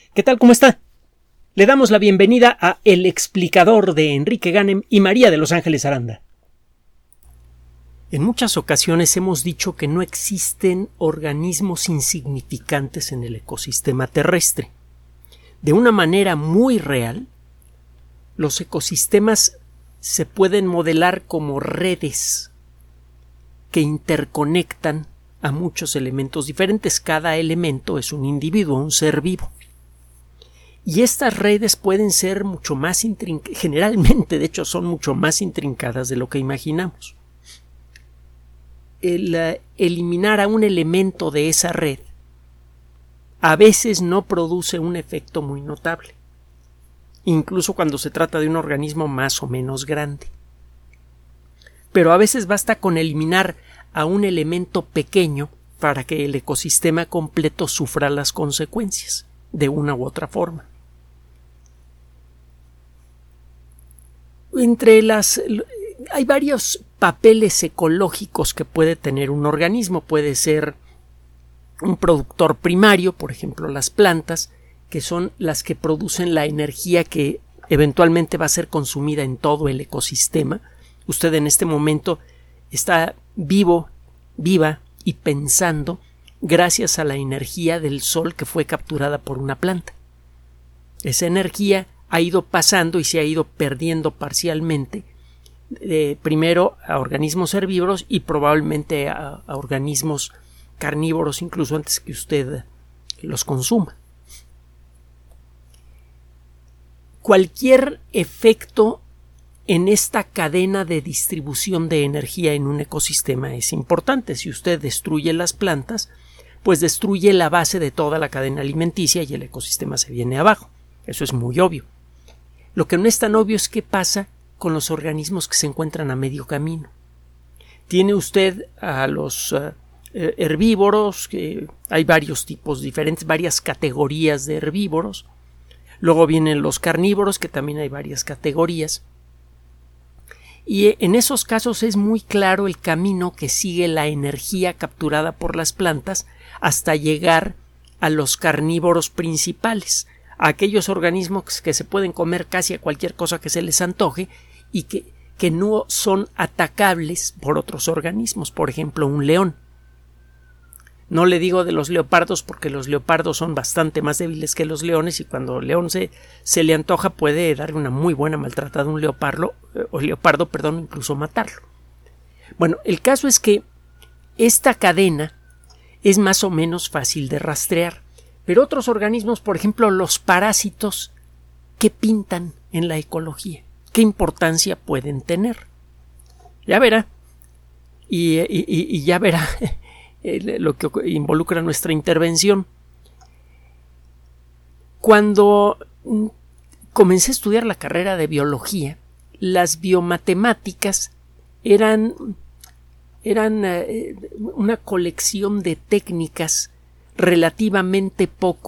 ¿Qué tal? ¿Cómo está? Le damos la bienvenida a El Explicador de Enrique Ganem y María de Los Ángeles Aranda. En muchas ocasiones hemos dicho que no existen organismos insignificantes en el ecosistema terrestre. De una manera muy real, los ecosistemas se pueden modelar como redes que interconectan a muchos elementos diferentes. Cada elemento es un individuo, un ser vivo. Y estas redes pueden ser mucho más intrincadas, generalmente de hecho son mucho más intrincadas de lo que imaginamos. El eliminar a un elemento de esa red a veces no produce un efecto muy notable, incluso cuando se trata de un organismo más o menos grande. Pero a veces basta con eliminar a un elemento pequeño para que el ecosistema completo sufra las consecuencias de una u otra forma. Hay varios papeles ecológicos que puede tener un organismo. Puede ser un productor primario, por ejemplo las plantas, que son las que producen la energía que eventualmente va a ser consumida en todo el ecosistema. Usted en este momento está viva y pensando gracias a la energía del sol que fue capturada por una planta. Esa energía ha ido pasando y se ha ido perdiendo parcialmente, primero a organismos herbívoros y probablemente a organismos carnívoros incluso antes que usted los consuma. Cualquier efecto en esta cadena de distribución de energía en un ecosistema es importante. Si usted destruye las plantas, pues destruye la base de toda la cadena alimenticia y el ecosistema se viene abajo. Eso es muy obvio. Lo que no es tan obvio es qué pasa con los organismos que se encuentran a medio camino. Tiene usted a los herbívoros, que hay varios tipos diferentes, varias categorías de herbívoros. Luego vienen los carnívoros, que también hay varias categorías. Y en esos casos es muy claro el camino que sigue la energía capturada por las plantas hasta llegar a los carnívoros principales, a aquellos organismos que se pueden comer casi a cualquier cosa que se les antoje y que no son atacables por otros organismos, por ejemplo un león. No le digo de los leopardos porque los leopardos son bastante más débiles que los leones y cuando el león se le antoja puede darle una muy buena maltratada a un leopardo, incluso matarlo. Bueno, el caso es que esta cadena es más o menos fácil de rastrear, pero otros organismos, por ejemplo los parásitos, ¿qué pintan en la ecología? ¿Qué importancia pueden tener? Ya verá. Y ya verá lo que involucra nuestra intervención. Cuando comencé a estudiar la carrera de biología, las biomatemáticas eran una colección de técnicas relativamente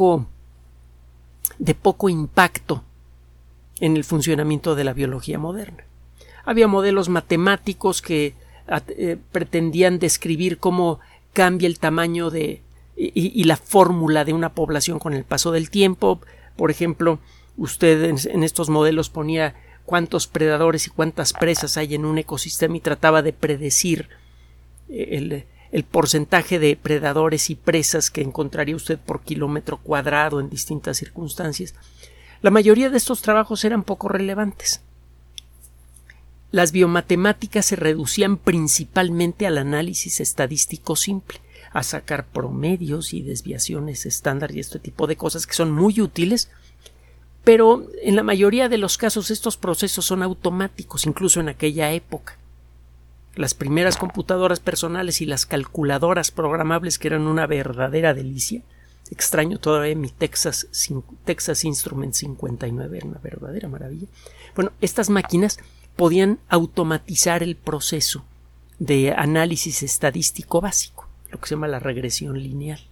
de poco impacto en el funcionamiento de la biología moderna. Había modelos matemáticos que pretendían describir cómo cambia el tamaño y la fórmula de una población con el paso del tiempo. Por ejemplo, usted en estos modelos ponía cuántos predadores y cuántas presas hay en un ecosistema y trataba de predecir el porcentaje de predadores y presas que encontraría usted por kilómetro cuadrado en distintas circunstancias. La mayoría de estos trabajos eran poco relevantes. Las biomatemáticas se reducían principalmente al análisis estadístico simple, a sacar promedios y desviaciones estándar y este tipo de cosas que son muy útiles, pero en la mayoría de los casos estos procesos son automáticos, incluso en aquella época. Las primeras computadoras personales y las calculadoras programables, que eran una verdadera delicia. Extraño todavía mi Texas Instruments 59, era una verdadera maravilla. Bueno, estas máquinas podían automatizar el proceso de análisis estadístico básico, lo que se llama la regresión lineal.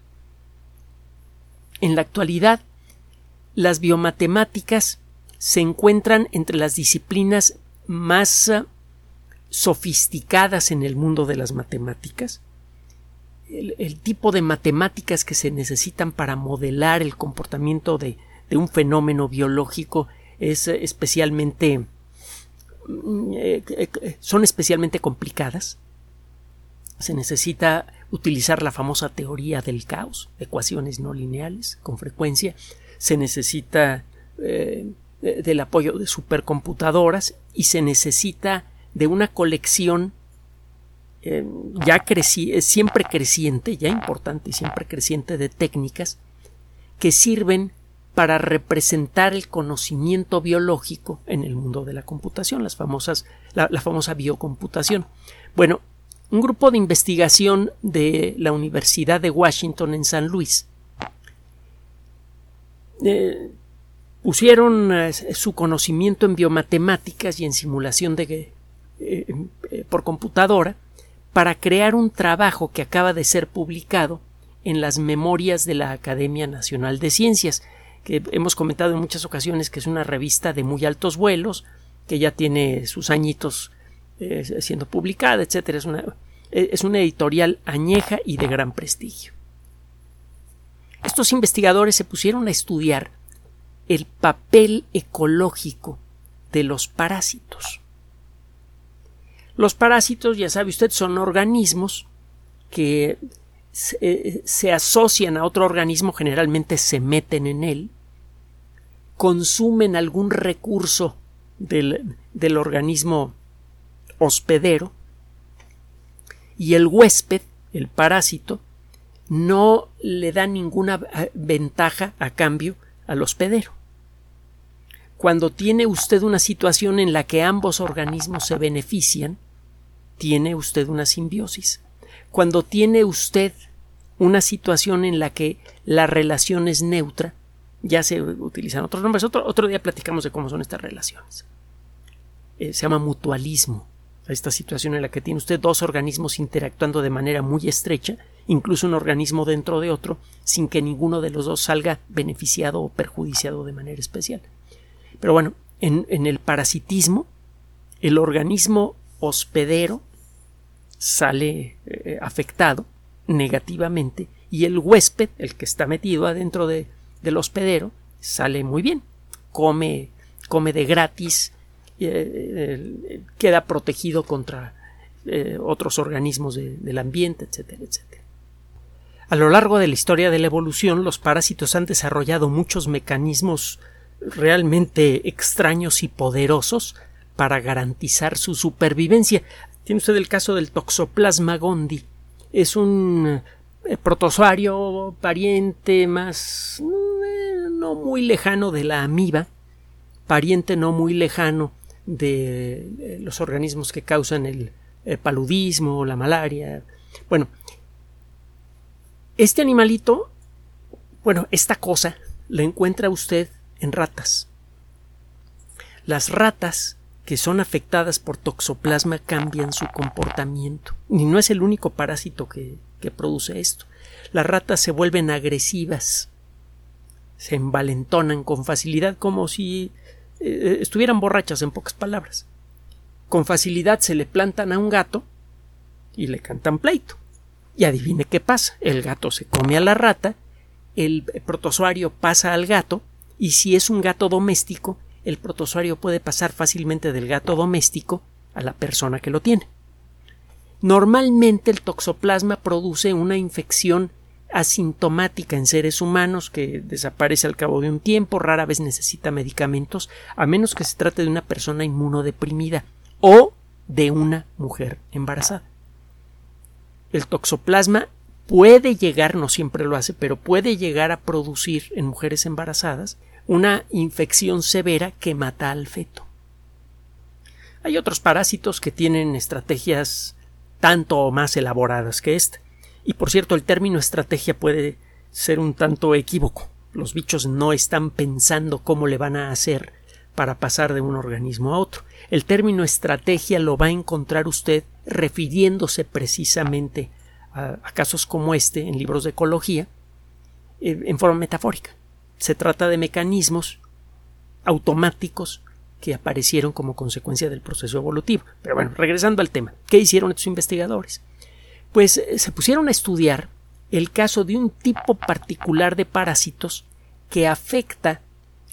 En la actualidad, las biomatemáticas se encuentran entre las disciplinas más sofisticadas en el mundo de las matemáticas. El tipo de matemáticas que se necesitan para modelar el comportamiento de de un fenómeno biológico son especialmente complicadas. Se necesita utilizar la famosa teoría del caos, ecuaciones no lineales con frecuencia. Se necesita del apoyo de supercomputadoras y se necesita de una colección siempre creciente, ya importante y siempre creciente, de técnicas que sirven para representar el conocimiento biológico en el mundo de la computación, la famosa biocomputación. Bueno, un grupo de investigación de la Universidad de Washington en San Luis pusieron su conocimiento en biomatemáticas y en simulación por computadora para crear un trabajo que acaba de ser publicado en las memorias de la Academia Nacional de Ciencias, que hemos comentado en muchas ocasiones que es una revista de muy altos vuelos, que ya tiene sus añitos siendo publicada, etcétera. Es una editorial añeja y de gran prestigio. Estos investigadores se pusieron a estudiar el papel ecológico de los parásitos. Los parásitos, ya sabe usted, son organismos que se asocian a otro organismo, generalmente se meten en él, consumen algún recurso del organismo hospedero y el huésped, el parásito, no le da ninguna ventaja a cambio al hospedero. Cuando tiene usted una situación en la que ambos organismos se benefician, tiene usted una simbiosis. Cuando tiene usted una situación en la que la relación es neutra, ya se utilizan otros nombres. Otro día platicamos de cómo son estas relaciones. Se llama mutualismo. Esta situación en la que tiene usted dos organismos interactuando de manera muy estrecha, incluso un organismo dentro de otro, sin que ninguno de los dos salga beneficiado o perjudiciado de manera especial. Pero bueno, en el parasitismo, el organismo hospedero sale afectado negativamente y el huésped, el que está metido adentro del hospedero, sale muy bien, come de gratis, queda protegido contra otros organismos del ambiente, etcétera, etcétera. A lo largo de la historia de la evolución, los parásitos han desarrollado muchos mecanismos realmente extraños y poderosos para garantizar su supervivencia. Tiene usted el caso del Toxoplasma gondii. Es un protozoario pariente más no muy lejano de la amiba, pariente no muy lejano de los organismos que causan el paludismo, la malaria. Bueno, este animalito, esta cosa la encuentra usted en ratas. Las ratas que son afectadas por toxoplasma cambian su comportamiento. Y no es el único parásito que produce esto. Las ratas se vuelven agresivas, se envalentonan con facilidad, como si estuvieran borrachas, en pocas palabras. Con facilidad se le plantan a un gato y le cantan pleito. Y adivine qué pasa. El gato se come a la rata, el protozoario pasa al gato, y si es un gato doméstico, el protozoario puede pasar fácilmente del gato doméstico a la persona que lo tiene. Normalmente el toxoplasma produce una infección asintomática en seres humanos que desaparece al cabo de un tiempo, rara vez necesita medicamentos, a menos que se trate de una persona inmunodeprimida o de una mujer embarazada. El toxoplasma puede llegar, no siempre lo hace, pero puede llegar a producir en mujeres embarazadas una infección severa que mata al feto. Hay otros parásitos que tienen estrategias tanto o más elaboradas que esta. Y por cierto, el término estrategia puede ser un tanto equívoco. Los bichos no están pensando cómo le van a hacer para pasar de un organismo a otro. El término estrategia lo va a encontrar usted refiriéndose precisamente a casos como este en libros de ecología en forma metafórica. Se trata de mecanismos automáticos que aparecieron como consecuencia del proceso evolutivo. Pero bueno, regresando al tema, ¿qué hicieron estos investigadores? Pues se pusieron a estudiar el caso de un tipo particular de parásitos que afecta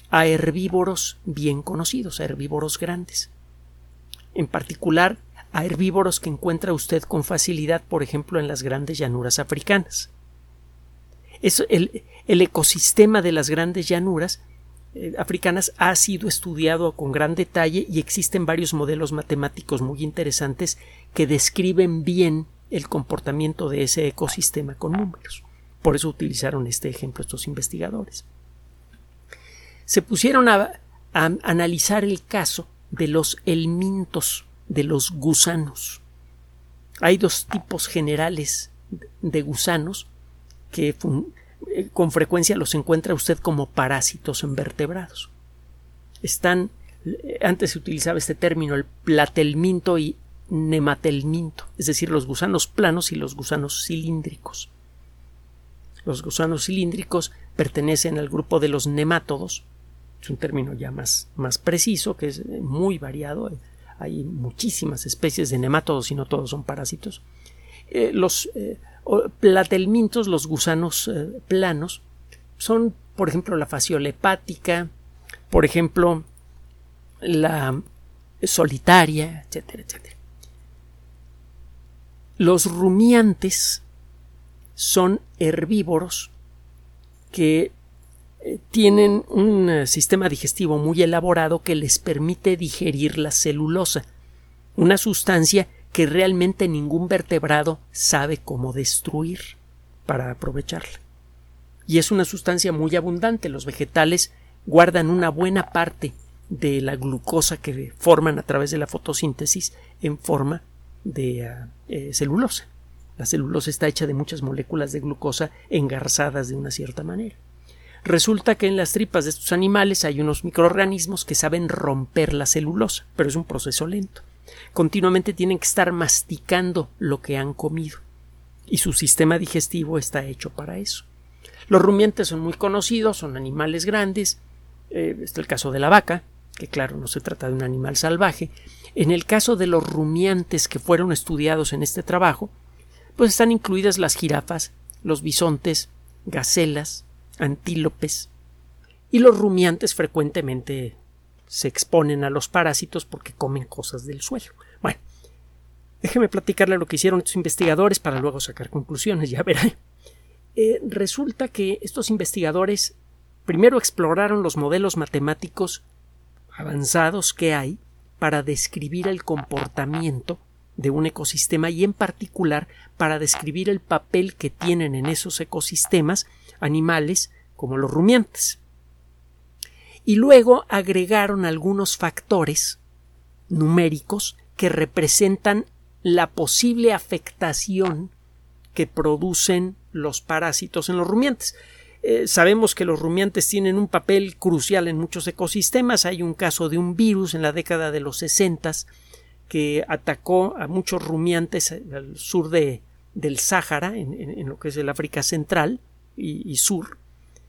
a herbívoros bien conocidos, a herbívoros grandes. En particular, a herbívoros que encuentra usted con facilidad, por ejemplo, en las grandes llanuras africanas. El ecosistema de las grandes llanuras africanas ha sido estudiado con gran detalle y existen varios modelos matemáticos muy interesantes que describen bien el comportamiento de ese ecosistema con números. Por eso utilizaron este ejemplo estos investigadores. Se pusieron a analizar el caso de los helmintos, de los gusanos. Hay dos tipos generales de gusanos que con frecuencia los encuentra usted como parásitos en vertebrados. Antes se utilizaba este término, el platelminto y nematelminto, es decir, los gusanos planos y los gusanos cilíndricos. Los gusanos cilíndricos pertenecen al grupo de los nemátodos. Es un término ya más preciso, que es muy variado. Hay muchísimas especies de nemátodos y no todos son parásitos. Los platelmintos, los gusanos planos, son, por ejemplo, la fasciola hepática, por ejemplo, la solitaria, etcétera, etcétera. Los rumiantes son herbívoros que tienen un sistema digestivo muy elaborado que les permite digerir la celulosa, una sustancia que realmente ningún vertebrado sabe cómo destruir para aprovecharla. Y es una sustancia muy abundante. Los vegetales guardan una buena parte de la glucosa que forman a través de la fotosíntesis en forma de celulosa. La celulosa está hecha de muchas moléculas de glucosa engarzadas de una cierta manera. Resulta que en las tripas de estos animales hay unos microorganismos que saben romper la celulosa, pero es un proceso lento. Continuamente tienen que estar masticando lo que han comido y su sistema digestivo está hecho para eso. Los rumiantes son muy conocidos, son animales grandes. Está el caso de la vaca, que claro, no se trata de un animal salvaje. En el caso de los rumiantes que fueron estudiados en este trabajo, pues están incluidas las jirafas, los bisontes, gacelas, antílopes, y los rumiantes frecuentemente se exponen a los parásitos porque comen cosas del suelo. Bueno, déjeme platicarle lo que hicieron estos investigadores para luego sacar conclusiones, ya verá. Resulta que estos investigadores primero exploraron los modelos matemáticos avanzados que hay para describir el comportamiento de un ecosistema y en particular para describir el papel que tienen en esos ecosistemas animales como los rumiantes. Y luego agregaron algunos factores numéricos que representan la posible afectación que producen los parásitos en los rumiantes. Sabemos que los rumiantes tienen un papel crucial en muchos ecosistemas. Hay un caso de un virus en la década de los 60 que atacó a muchos rumiantes al sur del Sáhara, en lo que es el África Central y Sur.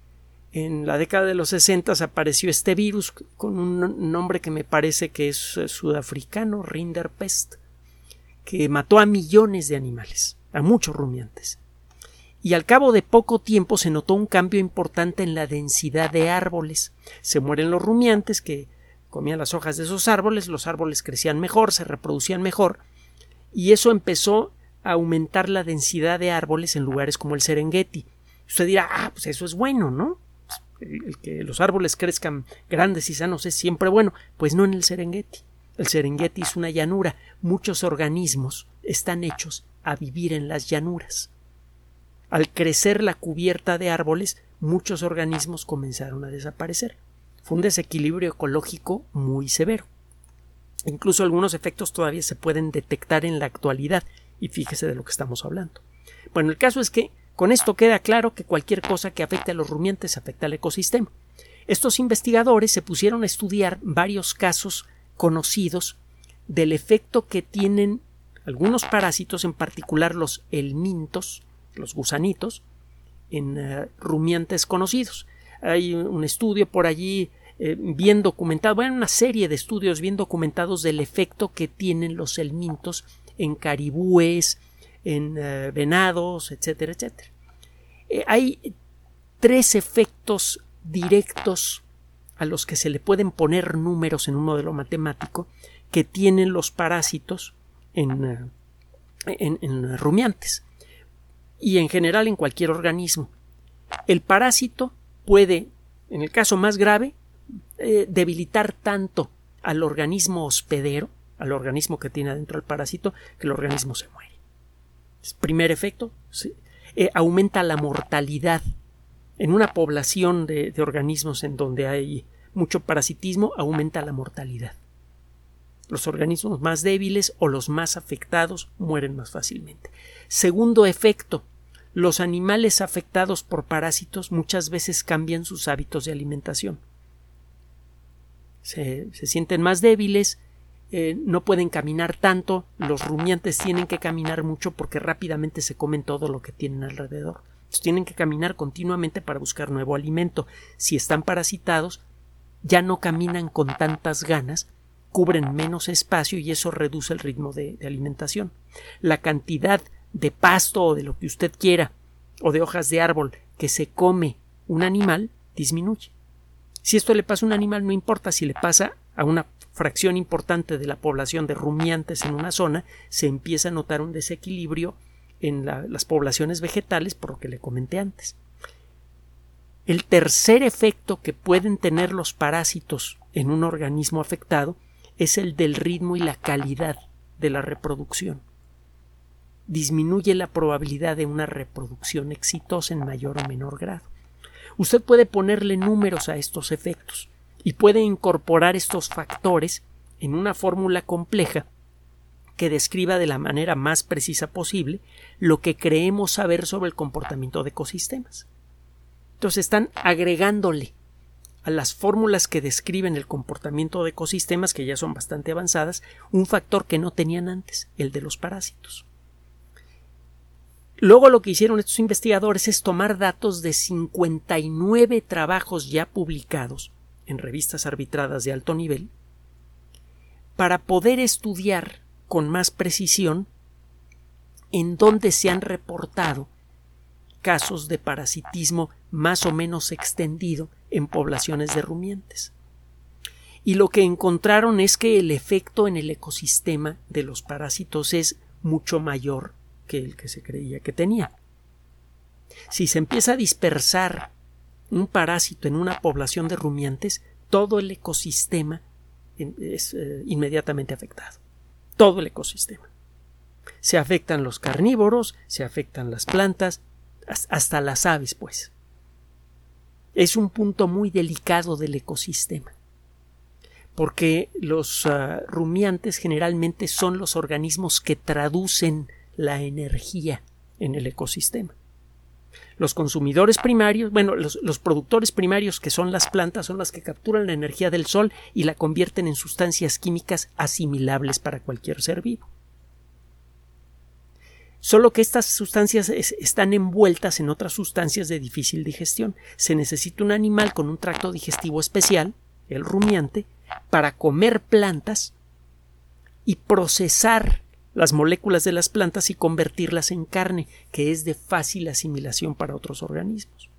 En la década de los 60 apareció este virus con un nombre que me parece que es sudafricano, Rinderpest, que mató a millones de animales, a muchos rumiantes. Y al cabo de poco tiempo se notó un cambio importante en la densidad de árboles. Se mueren los rumiantes que comían las hojas de esos árboles, los árboles crecían mejor, se reproducían mejor, y eso empezó a aumentar la densidad de árboles en lugares como el Serengeti. Usted dirá, pues eso es bueno, ¿no? El que los árboles crezcan grandes y sanos es siempre bueno. Pues no en el Serengeti. El Serengeti es una llanura. Muchos organismos están hechos a vivir en las llanuras. Al crecer la cubierta de árboles, muchos organismos comenzaron a desaparecer. Fue un desequilibrio ecológico muy severo. Incluso algunos efectos todavía se pueden detectar en la actualidad, y fíjese de lo que estamos hablando. Bueno, el caso es que con esto queda claro que cualquier cosa que afecte a los rumiantes afecta al ecosistema. Estos investigadores se pusieron a estudiar varios casos conocidos del efecto que tienen algunos parásitos, en particular los helmintos, los gusanitos, en rumiantes conocidos. Hay un estudio por allí bien documentado, bueno, una serie de estudios bien documentados del efecto que tienen los helmintos en caribúes, en venados, etcétera, etcétera. Hay 3 efectos directos a los que se le pueden poner números en un modelo matemático que tienen los parásitos en rumiantes y en general en cualquier organismo. El parásito puede, en el caso más grave, debilitar tanto al organismo hospedero, al organismo que tiene adentro el parásito, que el organismo se muere. Primer efecto, aumenta la mortalidad. En una población de organismos en donde hay mucho parasitismo, aumenta la mortalidad. Los organismos más débiles o los más afectados mueren más fácilmente. Segundo efecto, los animales afectados por parásitos muchas veces cambian sus hábitos de alimentación. Se sienten más débiles, no pueden caminar tanto, los rumiantes tienen que caminar mucho porque rápidamente se comen todo lo que tienen alrededor. Entonces, tienen que caminar continuamente para buscar nuevo alimento. Si están parasitados, ya no caminan con tantas ganas, cubren menos espacio y eso reduce el ritmo de alimentación. La cantidad de pasto o de lo que usted quiera o de hojas de árbol que se come un animal disminuye. Si esto le pasa a un animal, no importa. Si le pasa a una fracción importante de la población de rumiantes en una zona, se empieza a notar un desequilibrio en las poblaciones vegetales, por lo que le comenté antes. El tercer efecto que pueden tener los parásitos en un organismo afectado es el del ritmo y la calidad de la reproducción. Disminuye la probabilidad de una reproducción exitosa en mayor o menor grado. Usted puede ponerle números a estos efectos y puede incorporar estos factores en una fórmula compleja que describa de la manera más precisa posible lo que creemos saber sobre el comportamiento de ecosistemas. Entonces están agregándole a las fórmulas que describen el comportamiento de ecosistemas, que ya son bastante avanzadas, un factor que no tenían antes, el de los parásitos. Luego lo que hicieron estos investigadores es tomar datos de 59 trabajos ya publicados en revistas arbitradas de alto nivel para poder estudiar con más precisión en dónde se han reportado casos de parasitismo más o menos extendido en poblaciones de rumiantes. Y lo que encontraron es que el efecto en el ecosistema de los parásitos es mucho mayor que el que se creía que tenía. Si se empieza a dispersar un parásito en una población de rumiantes, todo el ecosistema es inmediatamente afectado. Todo el ecosistema. Se afectan los carnívoros, se afectan las plantas, hasta las aves, pues. Es un punto muy delicado del ecosistema, porque los rumiantes generalmente son los organismos que traducen la energía en el ecosistema. Los consumidores primarios, los productores primarios, que son las plantas, son las que capturan la energía del sol y la convierten en sustancias químicas asimilables para cualquier ser vivo. Solo que estas sustancias están envueltas en otras sustancias de difícil digestión. Se necesita un animal con un tracto digestivo especial, el rumiante, para comer plantas y procesar las moléculas de las plantas y convertirlas en carne, que es de fácil asimilación para otros organismos.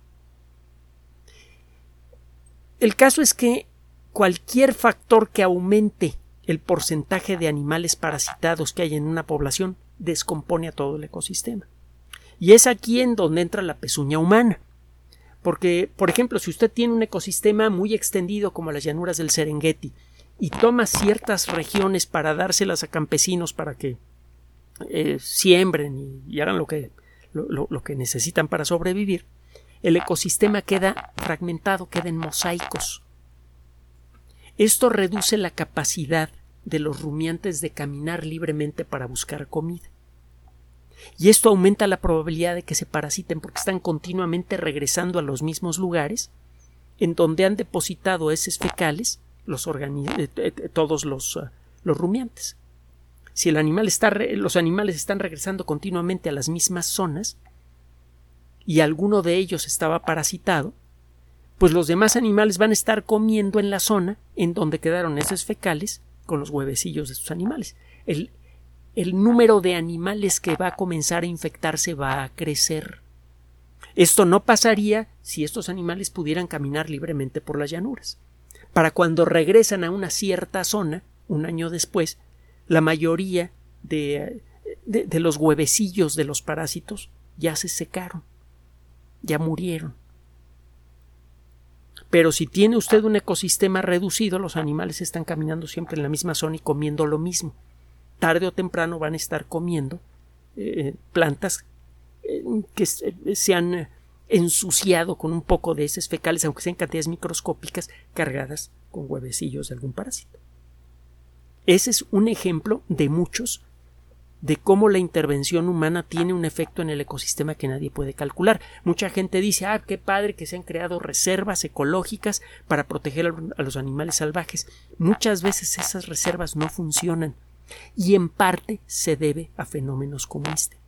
El caso es que cualquier factor que aumente el porcentaje de animales parasitados que hay en una población descompone a todo el ecosistema. Y es aquí en donde entra la pezuña humana. Porque, por ejemplo, si usted tiene un ecosistema muy extendido como las llanuras del Serengeti y toma ciertas regiones para dárselas a campesinos para que siembren y hagan lo que necesitan para sobrevivir, el ecosistema queda fragmentado, queda en mosaicos. Esto reduce la capacidad de los rumiantes de caminar libremente para buscar comida. Y esto aumenta la probabilidad de que se parasiten porque están continuamente regresando a los mismos lugares en donde han depositado heces fecales todos los rumiantes. Si los animales están regresando continuamente a las mismas zonas y alguno de ellos estaba parasitado, pues los demás animales van a estar comiendo en la zona en donde quedaron heces fecales con los huevecillos de estos animales. El número de animales que va a comenzar a infectarse va a crecer. Esto no pasaría si estos animales pudieran caminar libremente por las llanuras. Para cuando regresan a una cierta zona, un año después, la mayoría de los huevecillos de los parásitos ya se secaron, ya murieron. Pero si tiene usted un ecosistema reducido, los animales están caminando siempre en la misma zona y comiendo lo mismo. Tarde o temprano van a estar comiendo plantas que se han ensuciado con un poco de heces fecales, aunque sean cantidades microscópicas, cargadas con huevecillos de algún parásito. Ese es un ejemplo de muchos de cómo la intervención humana tiene un efecto en el ecosistema que nadie puede calcular. Mucha gente dice, qué padre que se han creado reservas ecológicas para proteger a los animales salvajes. Muchas veces esas reservas no funcionan y en parte se debe a fenómenos como este.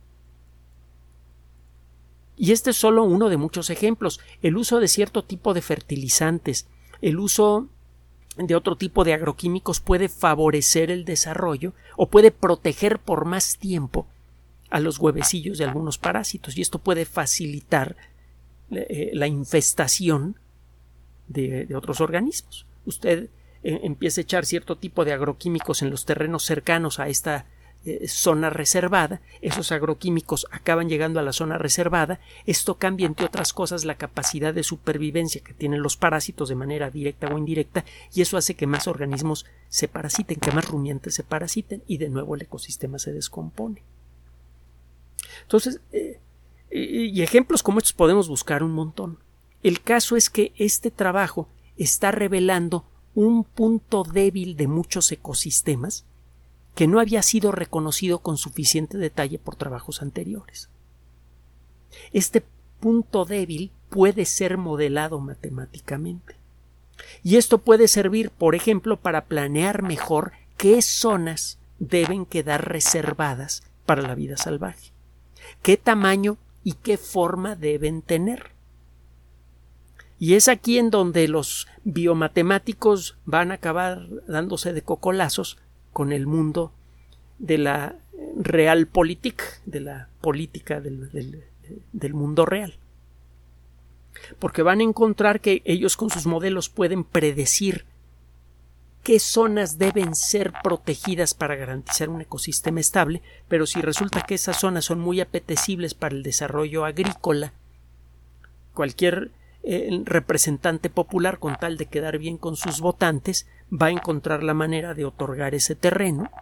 Y este es solo uno de muchos ejemplos. El uso de cierto tipo de fertilizantes, el uso de otro tipo de agroquímicos puede favorecer el desarrollo o puede proteger por más tiempo a los huevecillos de algunos parásitos, y esto puede facilitar la infestación de otros organismos. Usted empieza a echar cierto tipo de agroquímicos en los terrenos cercanos a esta zona reservada, esos agroquímicos acaban llegando a la zona reservada, esto cambia entre otras cosas la capacidad de supervivencia que tienen los parásitos de manera directa o indirecta, y eso hace que más organismos se parasiten, que más rumiantes se parasiten, y de nuevo el ecosistema se descompone. Entonces, y ejemplos como estos podemos buscar un montón. El caso es que este trabajo está revelando un punto débil de muchos ecosistemas que no había sido reconocido con suficiente detalle por trabajos anteriores. Este punto débil puede ser modelado matemáticamente. Y esto puede servir, por ejemplo, para planear mejor qué zonas deben quedar reservadas para la vida salvaje, qué tamaño y qué forma deben tener. Y es aquí en donde los biomatemáticos van a acabar dándose de cocolazos con el mundo de la realpolitik, de la política del mundo real. Porque van a encontrar que ellos con sus modelos pueden predecir qué zonas deben ser protegidas para garantizar un ecosistema estable, pero si resulta que esas zonas son muy apetecibles para el desarrollo agrícola, cualquier representante popular, con tal de quedar bien con sus votantes, va a encontrar la manera de otorgar ese terreno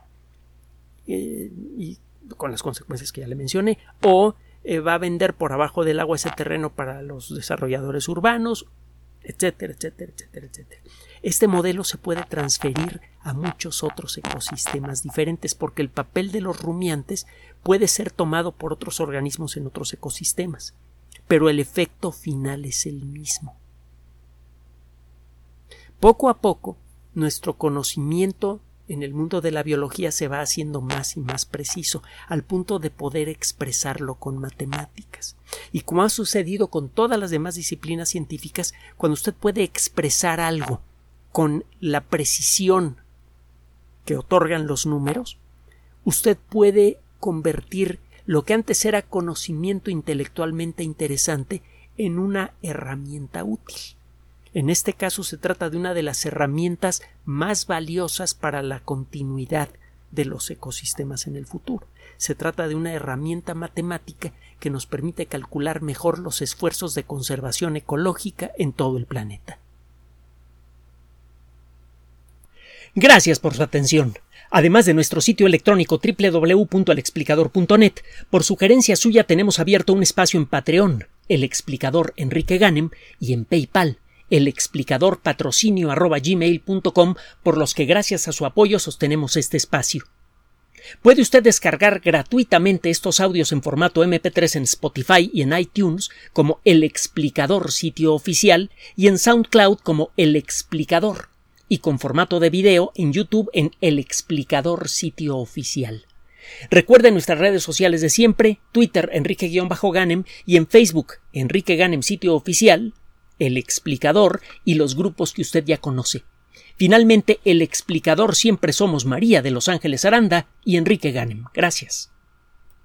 y con las consecuencias que ya le mencioné, o va a vender por abajo del agua ese terreno para los desarrolladores urbanos, etcétera, etcétera, etcétera, etcétera. Este modelo se puede transferir a muchos otros ecosistemas diferentes, porque el papel de los rumiantes puede ser tomado por otros organismos en otros ecosistemas, pero el efecto final es el mismo. Poco a poco, nuestro conocimiento en el mundo de la biología se va haciendo más y más preciso, al punto de poder expresarlo con matemáticas. Y como ha sucedido con todas las demás disciplinas científicas, cuando usted puede expresar algo con la precisión que otorgan los números, usted puede convertir lo que antes era conocimiento intelectualmente interesante en una herramienta útil. En este caso se trata de una de las herramientas más valiosas para la continuidad de los ecosistemas en el futuro. Se trata de una herramienta matemática que nos permite calcular mejor los esfuerzos de conservación ecológica en todo el planeta. Gracias por su atención. Además de nuestro sitio electrónico www.alexplicador.net, por sugerencia suya tenemos abierto un espacio en Patreon, El Explicador Enrique Ganem, y en PayPal, elexplicadorpatrocinio@gmail.com, por los que gracias a su apoyo sostenemos este espacio. Puede usted descargar gratuitamente estos audios en formato MP3 en Spotify y en iTunes como El Explicador sitio oficial, y en SoundCloud como El Explicador, y con formato de video en YouTube en El Explicador sitio oficial. Recuerde nuestras redes sociales de siempre: Twitter Enrique-Ganem y en Facebook Enrique Ganem sitio oficial, El Explicador y los grupos que usted ya conoce. Finalmente, El Explicador siempre somos María de Los Ángeles Aranda y Enrique Ganem. Gracias.